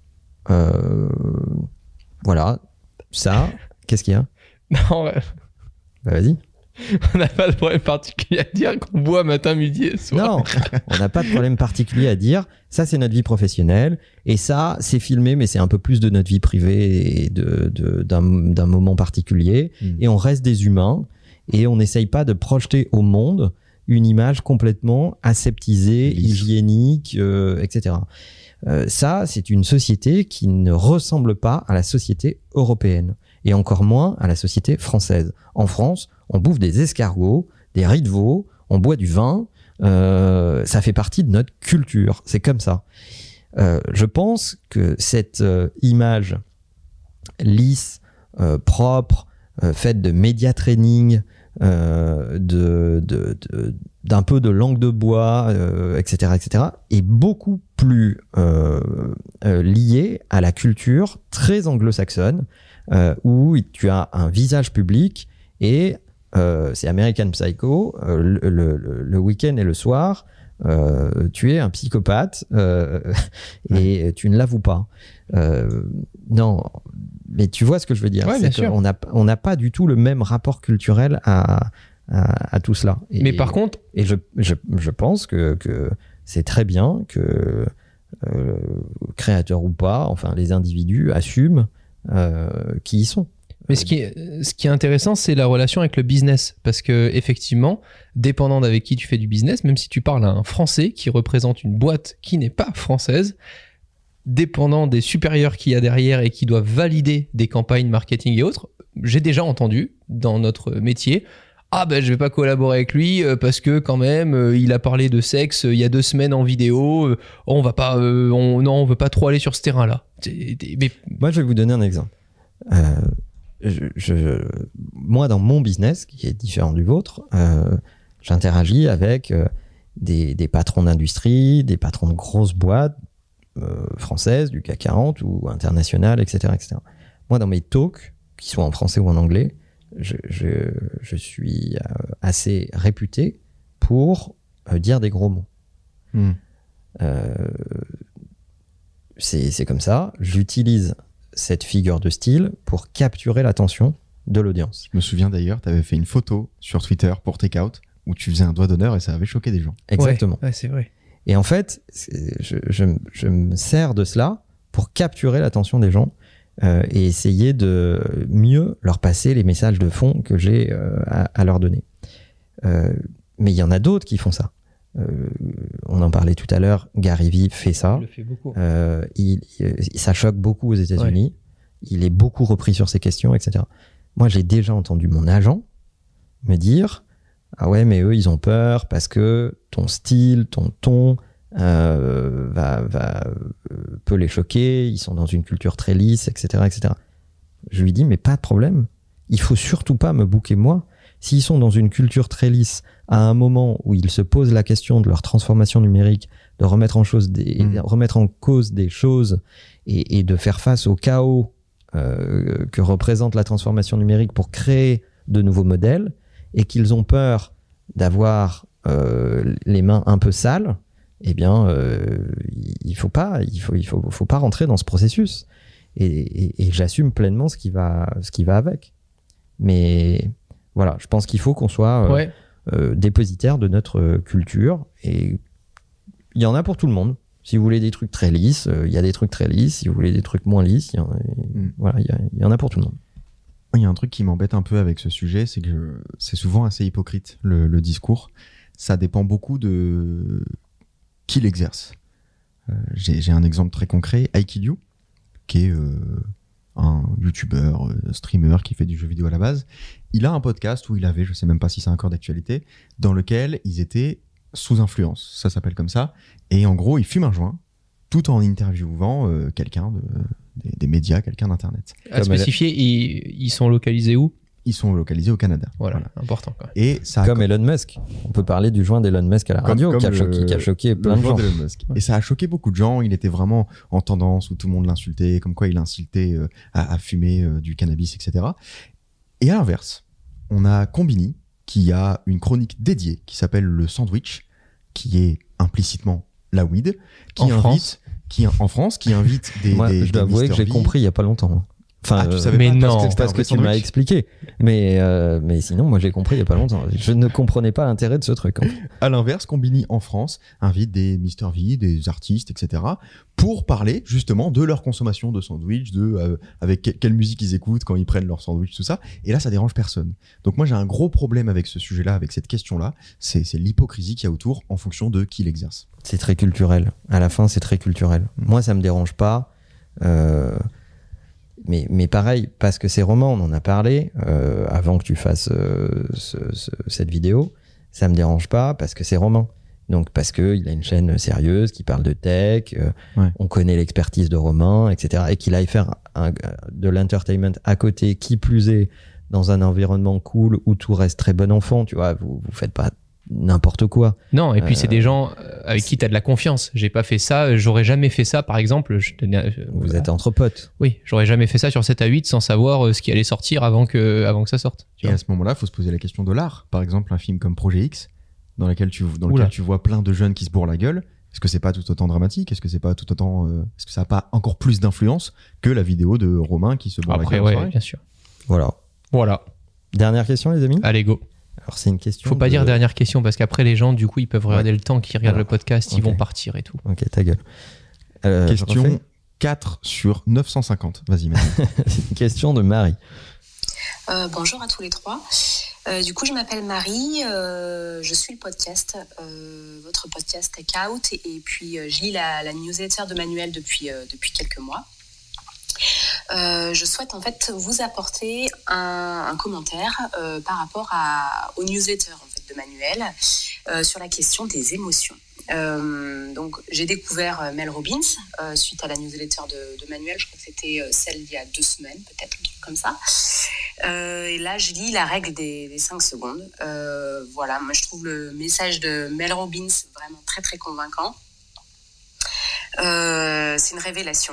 Speaker 4: voilà, ça, qu'est-ce qu'il y a ?
Speaker 3: Non,
Speaker 4: bah vas-y.
Speaker 3: On n'a pas de problème particulier à dire qu'on boit matin, midi et soir.
Speaker 4: Non, on n'a pas de problème particulier à dire ça, c'est notre vie professionnelle et ça, c'est filmé, mais c'est un peu plus de notre vie privée et d'un moment particulier. Et on reste des humains et on n'essaye pas de projeter au monde une image complètement aseptisée, hygiénique, etc. Ça, c'est une société qui ne ressemble pas à la société européenne et encore moins à la société française. En France, on bouffe des escargots, des riz de veau, on boit du vin, ça fait partie de notre culture, c'est comme ça. Je pense que cette image lisse, propre, faite de média training, d'un peu de langue de bois, etc., est beaucoup plus liée à la culture très anglo-saxonne, où tu as un visage public et c'est American Psycho, le week-end et le soir, tu es un psychopathe et tu ne l'avoues pas. Non, mais tu vois ce que je veux dire.
Speaker 3: Ouais,
Speaker 4: c'est qu'on n'a pas du tout le même rapport culturel à tout cela.
Speaker 3: Mais par contre...
Speaker 4: Et je pense que c'est très bien que créateurs ou pas, enfin les individus assument qui ils sont.
Speaker 3: Mais ce qui est intéressant, c'est la relation avec le business. Parce que, effectivement, dépendant d'avec qui tu fais du business, même si tu parles à un Français qui représente une boîte qui n'est pas française, dépendant des supérieurs qu'il y a derrière et qui doivent valider des campagnes marketing et autres, j'ai déjà entendu dans notre métier, ah ben je vais pas collaborer avec lui parce que quand même il a parlé de sexe il y a 2 semaines en vidéo, on va pas, on veut pas trop aller sur ce terrain-là. Mais...
Speaker 4: Moi, je vais vous donner un exemple. Moi, dans mon business, qui est différent du vôtre, j'interagis avec des patrons d'industrie, des patrons de grosses boîtes françaises, du CAC 40 ou internationales, etc., etc. Moi, dans mes talks, qu'ils soient en français ou en anglais, je suis assez réputé pour dire des gros mots. C'est comme ça. J'utilise cette figure de style pour capturer l'attention de l'audience.
Speaker 2: Je me souviens d'ailleurs, tu avais fait une photo sur Twitter pour Takeout où tu faisais un doigt d'honneur et ça avait choqué des gens.
Speaker 4: Exactement.
Speaker 3: Ouais, c'est vrai.
Speaker 4: Et en fait, je me sers de cela pour capturer l'attention des gens et essayer de mieux leur passer les messages de fond que j'ai à leur donner. Mais il y en a d'autres qui font ça. On en parlait tout à l'heure, Gary Vee fait ça.
Speaker 3: Il le fait beaucoup.
Speaker 4: Ça choque beaucoup aux États-Unis. Ouais. Il est beaucoup repris sur ces questions, etc. Moi, j'ai déjà entendu mon agent me dire « Ah ouais, mais eux, ils ont peur parce que ton style, ton ton peut les choquer. Ils sont dans une culture très lisse, etc., etc. » Je lui dis « Mais pas de problème. Il faut surtout pas me booker moi. S'ils sont dans une culture très lisse, à un moment où ils se posent la question de leur transformation numérique, de remettre en cause des choses et de faire face au chaos que représente la transformation numérique pour créer de nouveaux modèles, et qu'ils ont peur d'avoir les mains un peu sales, eh bien, il faut pas rentrer dans ce processus. Et j'assume pleinement ce qui va avec. Mais voilà, je pense qu'il faut qu'on soit dépositaire de notre culture, et il y en a pour tout le monde. Si vous voulez des trucs très lisses, il y a des trucs très lisses. Si vous voulez des trucs moins lisses, voilà, il y en a pour tout le monde.
Speaker 2: Il y a un truc qui m'embête un peu avec ce sujet, c'est que c'est souvent assez hypocrite, le discours. Ça dépend beaucoup de qui l'exerce. J'ai un exemple très concret, iKidU, qui est un youtubeur, streamer qui fait du jeu vidéo à la base. Il a un podcast où il avait, je sais même pas si c'est encore d'actualité, dans lequel ils étaient sous influence, ça s'appelle comme ça, et en gros ils fument un joint tout en interviewant quelqu'un des médias, quelqu'un d'internet.
Speaker 3: À spécifier, ils sont localisés où ?
Speaker 2: Ils sont localisés au Canada.
Speaker 3: Voilà. Important. Quoi.
Speaker 2: Et ça
Speaker 4: comme Elon Musk. On peut parler du joint d'Elon Musk à la radio, qui a choqué plein de gens.
Speaker 2: Et ça a choqué beaucoup de gens. Il était vraiment en tendance où tout le monde l'insultait, comme quoi il incitait à fumer du cannabis, etc. Et à l'inverse, on a Combini, qui a une chronique dédiée qui s'appelle Le Sandwich, qui est implicitement la weed, qui invite des.
Speaker 4: Moi, je dois avouer que j'ai compris il y a pas longtemps. Enfin,
Speaker 2: tu savais
Speaker 3: mais
Speaker 2: pas
Speaker 3: non,
Speaker 4: parce que tu m'as expliqué. Mais sinon, moi, j'ai compris il y a pas longtemps. Je ne comprenais pas l'intérêt de ce truc.
Speaker 2: À l'inverse, Combini en France invite des Mr V, des artistes, etc., pour parler justement de leur consommation de sandwich, avec quelle musique ils écoutent quand ils prennent leur sandwich, tout ça. Et là, ça dérange personne. Donc moi, j'ai un gros problème avec ce sujet-là, avec cette question-là. C'est l'hypocrisie qu'il y a autour en fonction de qui l'exerce.
Speaker 4: C'est très culturel. À la fin, c'est très culturel. Moi, ça me dérange pas. Mais pareil, parce que ces romans, on en a parlé avant que tu fasses cette vidéo, ça me dérange pas parce que c'est roman. Donc parce qu'il a une chaîne sérieuse qui parle de tech, on connaît l'expertise de Romain, etc. Et qu'il aille faire de l'entertainment à côté, qui plus est dans un environnement cool où tout reste très bon enfant. Tu vois, vous faites pas n'importe quoi.
Speaker 3: Non, et puis c'est des gens avec qui tu as de la confiance. J'ai pas fait ça, j'aurais jamais fait ça, par exemple.
Speaker 4: Vous êtes entre potes.
Speaker 3: Oui, j'aurais jamais fait ça sur 7 à 8 sans savoir ce qui allait sortir avant que ça sorte.
Speaker 2: Et à ce moment-là, il faut se poser la question de l'art. Par exemple, un film comme Projet X, dans lequel tu vois plein de jeunes qui se bourrent la gueule. Est-ce que c'est pas tout autant dramatique? Est-ce que c'est pas tout autant est-ce que ça a pas encore plus d'influence que la vidéo de Romain qui se bourre la gueule?
Speaker 3: Après, bien sûr.
Speaker 4: Voilà. Dernière question, les amis.
Speaker 3: Allez, go.
Speaker 4: Alors, c'est une question.
Speaker 3: Faut pas dire dernière question parce qu'après, les gens, du coup, ils peuvent regarder le temps qu'ils regardent le podcast, ils vont partir et tout.
Speaker 4: Ok, ta gueule.
Speaker 2: Question 4 sur 950. Vas-y, Marie.
Speaker 4: C'est une question de Marie.
Speaker 10: Bonjour à tous les trois. Du coup, je m'appelle Marie, je suis le podcast, votre podcast Tech Out, et puis je lis la newsletter de Manuel depuis quelques mois. Je souhaite en fait vous apporter un commentaire par rapport au newsletter en fait, de Manuel sur la question des émotions. Donc j'ai découvert Mel Robbins suite à la newsletter de Manuel, je crois que c'était celle d'il y a 2 semaines peut-être, un truc comme ça. Et là je lis la règle des 5 secondes. Voilà, moi je trouve le message de Mel Robbins vraiment très très convaincant. C'est une révélation.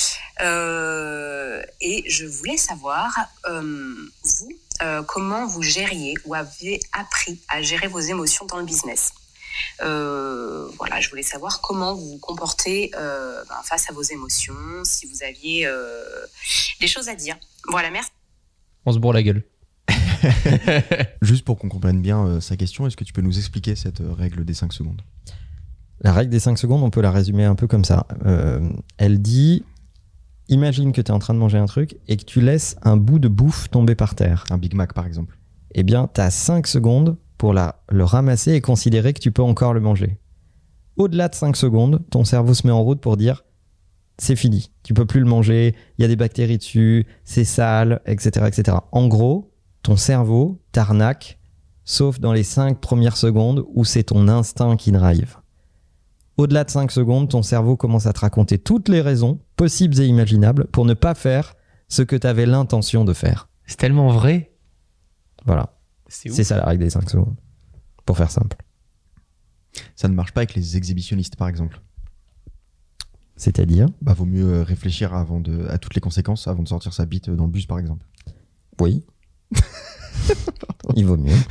Speaker 10: Et je voulais savoir, vous, comment vous gériez ou avez appris à gérer vos émotions dans le business. Voilà, je voulais savoir comment vous vous comportez face à vos émotions, si vous aviez des choses à dire. Voilà, merci.
Speaker 3: On se bourre la gueule.
Speaker 2: Juste pour qu'on comprenne bien sa question, est-ce que tu peux nous expliquer cette règle des 5 secondes?
Speaker 4: La règle des 5 secondes, on peut la résumer un peu comme ça. Elle dit, imagine que tu es en train de manger un truc et que tu laisses un bout de bouffe tomber par terre.
Speaker 2: Un Big Mac, par exemple.
Speaker 4: Eh bien, tu as 5 secondes pour le ramasser et considérer que tu peux encore le manger. Au-delà de 5 secondes, ton cerveau se met en route pour dire, c'est fini, tu peux plus le manger, il y a des bactéries dessus, c'est sale, etc., etc. En gros, ton cerveau t'arnaque, sauf dans les 5 premières secondes où c'est ton instinct qui drive. Au-delà de 5 secondes, ton cerveau commence à te raconter toutes les raisons possibles et imaginables pour ne pas faire ce que tu avais l'intention de faire.
Speaker 3: C'est tellement vrai.
Speaker 4: Voilà. C'est ça la règle des 5 secondes. Pour faire simple.
Speaker 2: Ça ne marche pas avec les exhibitionnistes, par exemple.
Speaker 4: C'est-à-dire ?
Speaker 2: Vaut mieux réfléchir à toutes les conséquences avant de sortir sa bite dans le bus, par exemple.
Speaker 4: Oui. Il vaut mieux.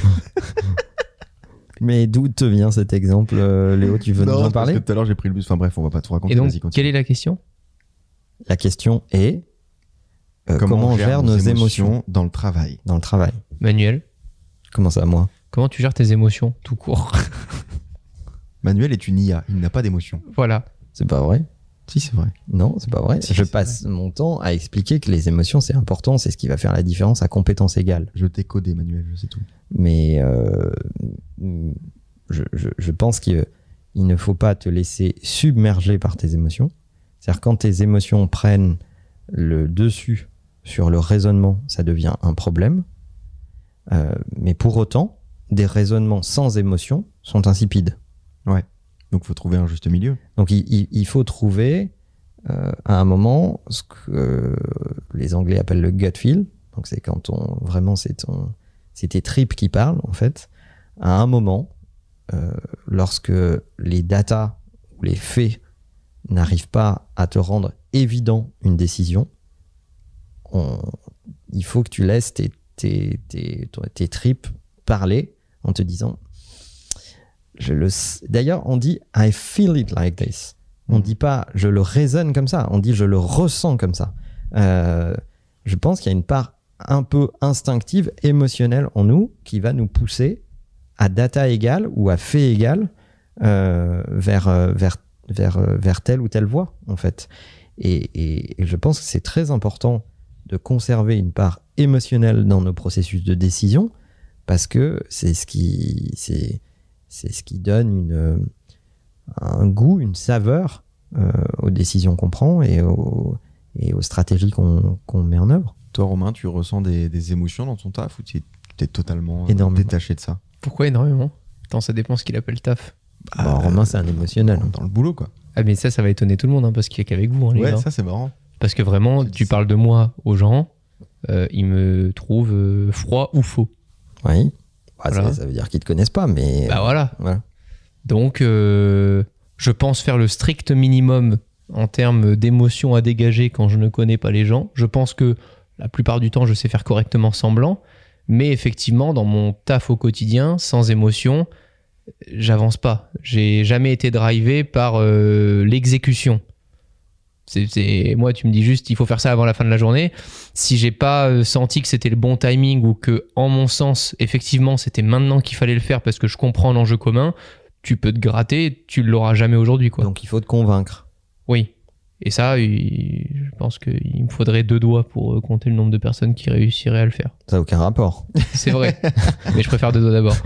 Speaker 4: Mais d'où te vient cet exemple, Léo? Tu veux nous en parler?
Speaker 2: Parce que tout à l'heure j'ai pris le bus. Enfin bref, on va pas tout raconter.
Speaker 3: Et donc, quelle est la question?
Speaker 4: La question est comment on gère nos émotions
Speaker 2: dans le travail.
Speaker 4: Dans le travail.
Speaker 3: Manuel?
Speaker 4: Comment ça, moi?
Speaker 3: Comment tu gères tes émotions, tout court?
Speaker 2: Manuel est une IA, il n'a pas d'émotions.
Speaker 3: Voilà.
Speaker 4: C'est pas vrai?
Speaker 2: Si, c'est vrai.
Speaker 4: Non, c'est pas vrai. Je passe mon temps à expliquer que les émotions, c'est important, c'est ce qui va faire la différence à compétence égale.
Speaker 2: Je t'ai codé, Manuel, je sais tout.
Speaker 4: Mais je pense qu'il ne faut pas te laisser submerger par tes émotions. C'est-à-dire quand tes émotions prennent le dessus sur le raisonnement, ça devient un problème. Mais pour autant, des raisonnements sans émotion sont insipides.
Speaker 2: Ouais. Donc, il faut trouver un juste milieu.
Speaker 4: Donc, il faut trouver à un moment ce que les Anglais appellent le gut feel. Donc, c'est quand c'est tes tripes qui parlent, en fait. À un moment, lorsque les datas ou les faits n'arrivent pas à te rendre évident une décision, il faut que tu laisses tes tripes parler en te disant... D'ailleurs, on dit « I feel it like this ». On ne dit pas « je le raisonne comme ça », on dit « je le ressens comme ça ». Je pense qu'il y a une part un peu instinctive, émotionnelle en nous, qui va nous pousser à data égale ou à fait égal vers telle ou telle voie, en fait. Et je pense que c'est très important de conserver une part émotionnelle dans nos processus de décision, parce que c'est ce qui donne un goût, une saveur aux décisions qu'on prend et aux stratégies qu'on met en œuvre.
Speaker 2: Toi, Romain, tu ressens des émotions dans ton taf ou tu es totalement détaché de ça?
Speaker 3: Pourquoi énormément? Attends, ça dépend ce qu'il appelle taf.
Speaker 4: Romain, c'est un émotionnel.
Speaker 2: Dans le boulot, quoi.
Speaker 3: Ah, mais ça va étonner tout le monde, hein, parce qu'il n'y a qu'avec vous, hein, les gars.
Speaker 2: Ouais, ça, c'est marrant.
Speaker 3: Parce que vraiment, tu parles de moi aux gens, ils me trouvent froid ou faux.
Speaker 4: Oui.
Speaker 3: Voilà.
Speaker 4: Ça veut dire qu'ils te connaissent pas, mais.
Speaker 3: Bah voilà.
Speaker 4: Voilà.
Speaker 3: Donc, je pense faire le strict minimum en termes d'émotions à dégager quand je ne connais pas les gens. Je pense que la plupart du temps, je sais faire correctement semblant. Mais effectivement, dans mon taf au quotidien, sans émotion, j'avance pas. J'ai jamais été drivé par l'exécution. Moi, tu me dis juste, il faut faire ça avant la fin de la journée. Si j'ai pas senti que c'était le bon timing ou que, en mon sens, effectivement, c'était maintenant qu'il fallait le faire parce que je comprends l'enjeu commun, tu peux te gratter, tu l'auras jamais aujourd'hui, quoi.
Speaker 4: Donc il faut te convaincre.
Speaker 3: Oui. Et ça, je pense qu'il me faudrait 2 doigts pour compter le nombre de personnes qui réussiraient à le faire.
Speaker 4: Ça n'a aucun rapport.
Speaker 3: C'est vrai. Mais je préfère 2 doigts d'abord.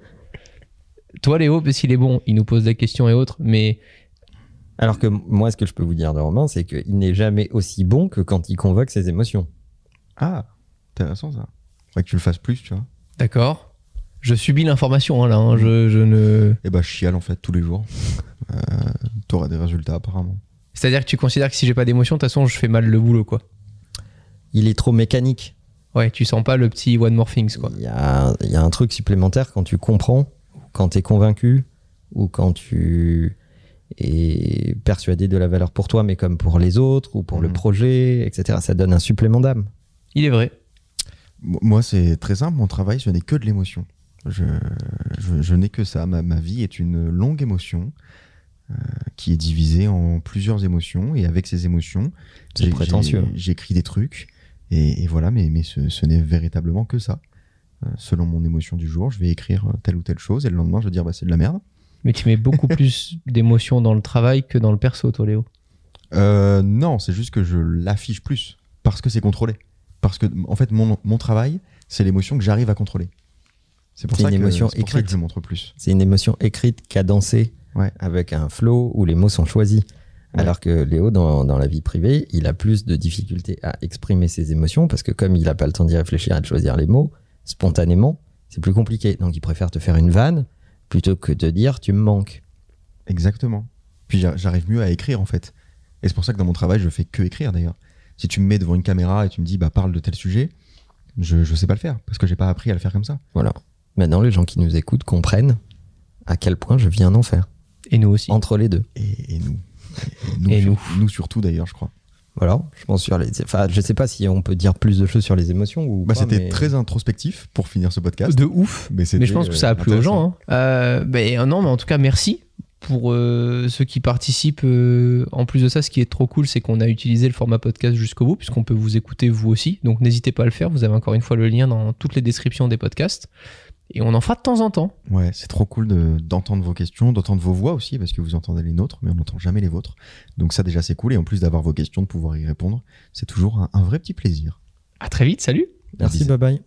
Speaker 3: Toi, Léo, parce qu'il est bon, il nous pose des questions et autres, mais...
Speaker 4: Alors que moi, ce que je peux vous dire de Romain, c'est qu'il n'est jamais aussi bon que quand il convoque ses émotions.
Speaker 2: Ah, intéressant ça. Faudrait que tu le fasses plus, tu vois.
Speaker 3: D'accord. Je subis l'information, hein, là. Hein. Je ne...
Speaker 2: Eh bah, je chiale en fait tous les jours. T'auras des résultats apparemment.
Speaker 3: C'est-à-dire que tu considères que si j'ai pas d'émotion, de toute façon, je fais mal le boulot, quoi.
Speaker 4: Il est trop mécanique.
Speaker 3: Ouais, tu sens pas le petit one more things, quoi.
Speaker 4: Il y a un truc supplémentaire quand tu comprends, quand tu es convaincu, ou quand tu es persuadé de la valeur pour toi, mais comme pour les autres, ou pour le projet, etc. Ça donne un supplément d'âme.
Speaker 3: Il est vrai.
Speaker 2: Moi, c'est très simple. Mon travail, ce n'est que de l'émotion. Je n'ai que ça. Ma vie est une longue émotion qui est divisée en plusieurs émotions. Et avec ces émotions,
Speaker 4: c'est prétentieux.
Speaker 2: J'écris des trucs. Et voilà, mais ce n'est véritablement que ça. Selon mon émotion du jour, je vais écrire telle ou telle chose. Et le lendemain, je vais dire c'est de la merde.
Speaker 3: Mais tu mets beaucoup plus d'émotions dans le travail que dans le perso, toi, Léo.
Speaker 2: Non, c'est juste que je l'affiche plus. Parce que c'est contrôlé. Parce que, en fait, mon travail, c'est l'émotion que j'arrive à contrôler. C'est pour ça que je le montre plus.
Speaker 4: C'est une émotion écrite, cadencée, avec un flow où les mots sont choisis. Ouais. Alors que Léo, dans la vie privée, il a plus de difficultés à exprimer ses émotions parce que comme il n'a pas le temps d'y réfléchir et de choisir les mots, spontanément, c'est plus compliqué. Donc il préfère te faire une vanne plutôt que de dire « tu me manques ».
Speaker 2: Exactement. Puis j'arrive mieux à écrire, en fait. Et c'est pour ça que dans mon travail, je fais que écrire, d'ailleurs. Si tu me mets devant une caméra et tu me dis parle de tel sujet, je sais pas le faire parce que j'ai pas appris à le faire comme ça.
Speaker 4: Voilà. Maintenant, les gens qui nous écoutent comprennent à quel point je viens d'en faire.
Speaker 3: Et nous aussi.
Speaker 4: Entre les deux.
Speaker 2: Et nous. Nous surtout d'ailleurs, je crois.
Speaker 4: Voilà. Je pense je sais pas si on peut dire plus de choses sur les émotions ou pas,
Speaker 2: c'était très introspectif pour finir ce podcast.
Speaker 3: De ouf. Mais je pense que ça a plu aux gens. Hein. Non, mais en tout cas, merci. Pour ceux qui participent, en plus de ça, ce qui est trop cool, c'est qu'on a utilisé le format podcast jusqu'au bout, puisqu'on peut vous écouter vous aussi. Donc n'hésitez pas à le faire. Vous avez encore une fois le lien dans toutes les descriptions des podcasts. Et on en fera de temps en temps.
Speaker 2: Ouais, c'est trop cool d'entendre vos questions, d'entendre vos voix aussi, parce que vous entendez les nôtres, mais on n'entend jamais les vôtres. Donc ça déjà c'est cool. Et en plus d'avoir vos questions, de pouvoir y répondre, c'est toujours un vrai petit plaisir.
Speaker 3: À très vite, salut.
Speaker 4: Merci, bye bye.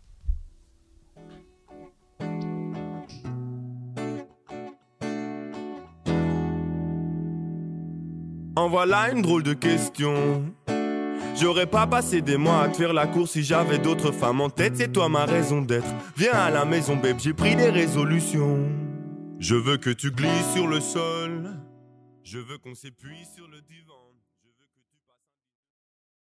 Speaker 1: En voilà une drôle de question. J'aurais pas passé des mois à te faire la course si j'avais d'autres femmes en tête. C'est toi ma raison d'être. Viens à la maison, babe, j'ai pris des résolutions. Je veux que tu glisses sur le sol. Je veux qu'on s'épuise sur le divan.